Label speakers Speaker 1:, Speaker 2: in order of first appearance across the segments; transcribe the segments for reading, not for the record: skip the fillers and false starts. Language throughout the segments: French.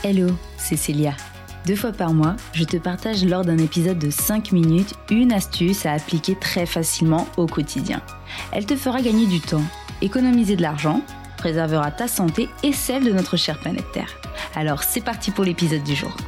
Speaker 1: Hello, c'est Célia. 2 fois par mois, je te partage lors d'un épisode de 5 minutes une astuce à appliquer très facilement au quotidien. Elle te fera gagner du temps, économiser de l'argent, préservera ta santé et celle de notre chère planète Terre. Alors c'est parti pour l'épisode du jour.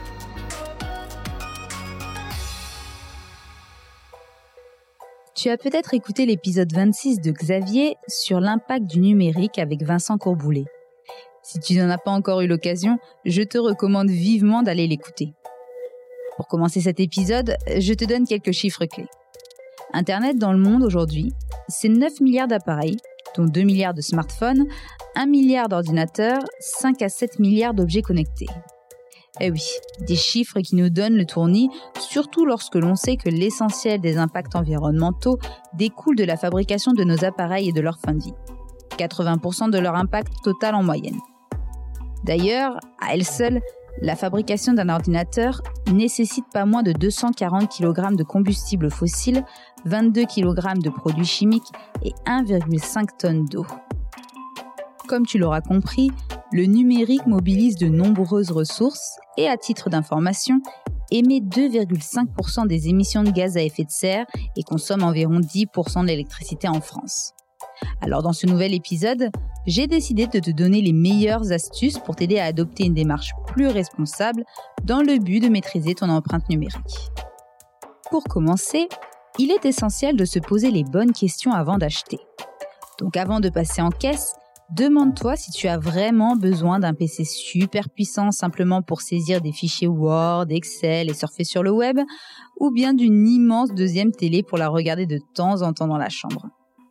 Speaker 1: Tu as peut-être écouté l'épisode 26 de Xavier sur l'impact du numérique avec Vincent Courboulet. Si tu n'en as pas encore eu l'occasion, je te recommande vivement d'aller l'écouter. Pour commencer cet épisode, je te donne quelques chiffres clés. Internet dans le monde aujourd'hui, c'est 9 milliards d'appareils, dont 2 milliards de smartphones, 1 milliard d'ordinateurs, 5 à 7 milliards d'objets connectés. Eh oui, des chiffres qui nous donnent le tournis, surtout lorsque l'on sait que l'essentiel des impacts environnementaux découle de la fabrication de nos appareils et de leur fin de vie. 80% de leur impact total en moyenne. D'ailleurs, à elle seule, la fabrication d'un ordinateur nécessite pas moins de 240 kg de combustible fossile, 22 kg de produits chimiques et 1,5 tonnes d'eau. Comme tu l'auras compris, le numérique mobilise de nombreuses ressources et, à titre d'information, émet 2,5% des émissions de gaz à effet de serre et consomme environ 10% de l'électricité en France. Alors dans ce nouvel épisode, j'ai décidé de te donner les meilleures astuces pour t'aider à adopter une démarche plus responsable dans le but de maîtriser ton empreinte numérique. Pour commencer, il est essentiel de se poser les bonnes questions avant d'acheter. Donc avant de passer en caisse, demande-toi si tu as vraiment besoin d'un PC super puissant simplement pour saisir des fichiers Word, Excel et surfer sur le web, ou bien d'une immense deuxième télé pour la regarder de temps en temps dans la chambre.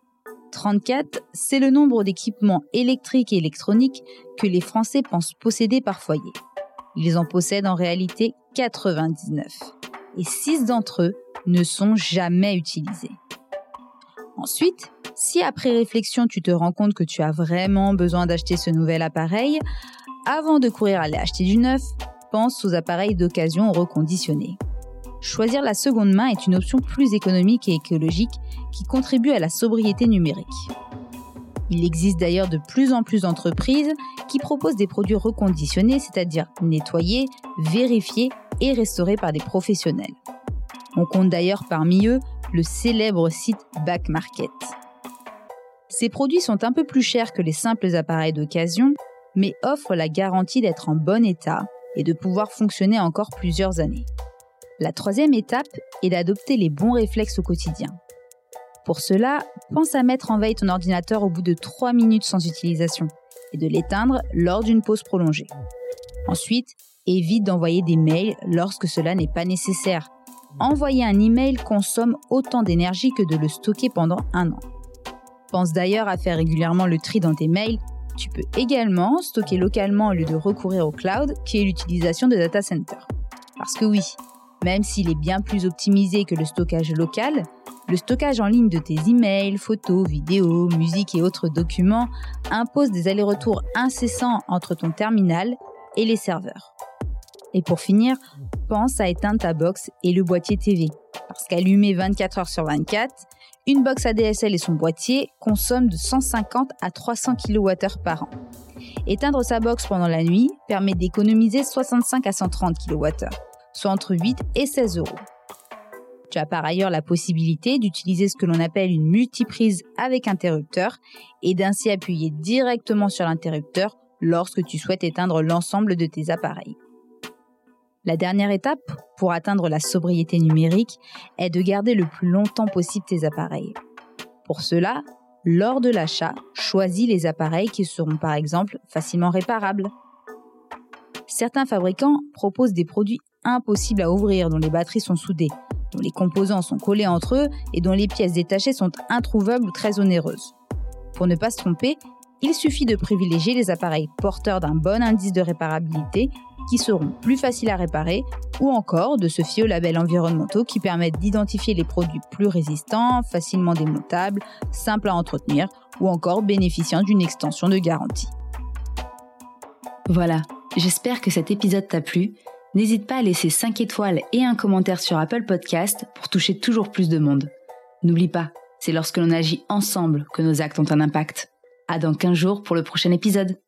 Speaker 1: 34, c'est le nombre d'équipements électriques et électroniques que les Français pensent posséder par foyer. Ils en possèdent en réalité 99. Et 6 d'entre eux ne sont jamais utilisés. Ensuite, si après réflexion tu te rends compte que tu as vraiment besoin d'acheter ce nouvel appareil, avant de courir aller acheter du neuf, pense aux appareils d'occasion reconditionnés. Choisir la seconde main est une option plus économique et écologique qui contribue à la sobriété numérique. Il existe d'ailleurs de plus en plus d'entreprises qui proposent des produits reconditionnés, c'est-à-dire nettoyés, vérifiés et restaurés par des professionnels. On compte d'ailleurs parmi eux le célèbre site Back Market. Ces produits sont un peu plus chers que les simples appareils d'occasion, mais offrent la garantie d'être en bon état et de pouvoir fonctionner encore plusieurs années. La troisième étape est d'adopter les bons réflexes au quotidien. Pour cela, pense à mettre en veille ton ordinateur au bout de 3 minutes sans utilisation et de l'éteindre lors d'une pause prolongée. Ensuite, évite d'envoyer des mails lorsque cela n'est pas nécessaire. Envoyer un email consomme autant d'énergie que de le stocker pendant 1 an. Pense d'ailleurs à faire régulièrement le tri dans tes mails. Tu peux également stocker localement au lieu de recourir au cloud, qui est l'utilisation de data centers. Parce que oui, même s'il est bien plus optimisé que le stockage local, le stockage en ligne de tes emails, photos, vidéos, musiques et autres documents impose des allers-retours incessants entre ton terminal et les serveurs. Et pour finir, pense à éteindre ta box et le boîtier TV, parce qu'allumé 24 heures sur 24, une box ADSL et son boîtier consomment de 150 à 300 kWh par an. Éteindre sa box pendant la nuit permet d'économiser 65 à 130 kWh. Soit entre 8 et 16 euros. Tu as par ailleurs la possibilité d'utiliser ce que l'on appelle une multiprise avec interrupteur et d'ainsi appuyer directement sur l'interrupteur lorsque tu souhaites éteindre l'ensemble de tes appareils. La dernière étape pour atteindre la sobriété numérique est de garder le plus longtemps possible tes appareils. Pour cela, lors de l'achat, choisis les appareils qui seront par exemple facilement réparables. Certains fabricants proposent des produits impossibles à ouvrir, dont les batteries sont soudées, dont les composants sont collés entre eux et dont les pièces détachées sont introuvables ou très onéreuses. Pour ne pas se tromper, il suffit de privilégier les appareils porteurs d'un bon indice de réparabilité qui seront plus faciles à réparer ou encore de se fier aux labels environnementaux qui permettent d'identifier les produits plus résistants, facilement démontables, simples à entretenir ou encore bénéficiant d'une extension de garantie. Voilà, j'espère que cet épisode t'a plu. N'hésite pas à laisser 5 étoiles et un commentaire sur Apple Podcast pour toucher toujours plus de monde. N'oublie pas, c'est lorsque l'on agit ensemble que nos actes ont un impact. À dans 15 jours pour le prochain épisode.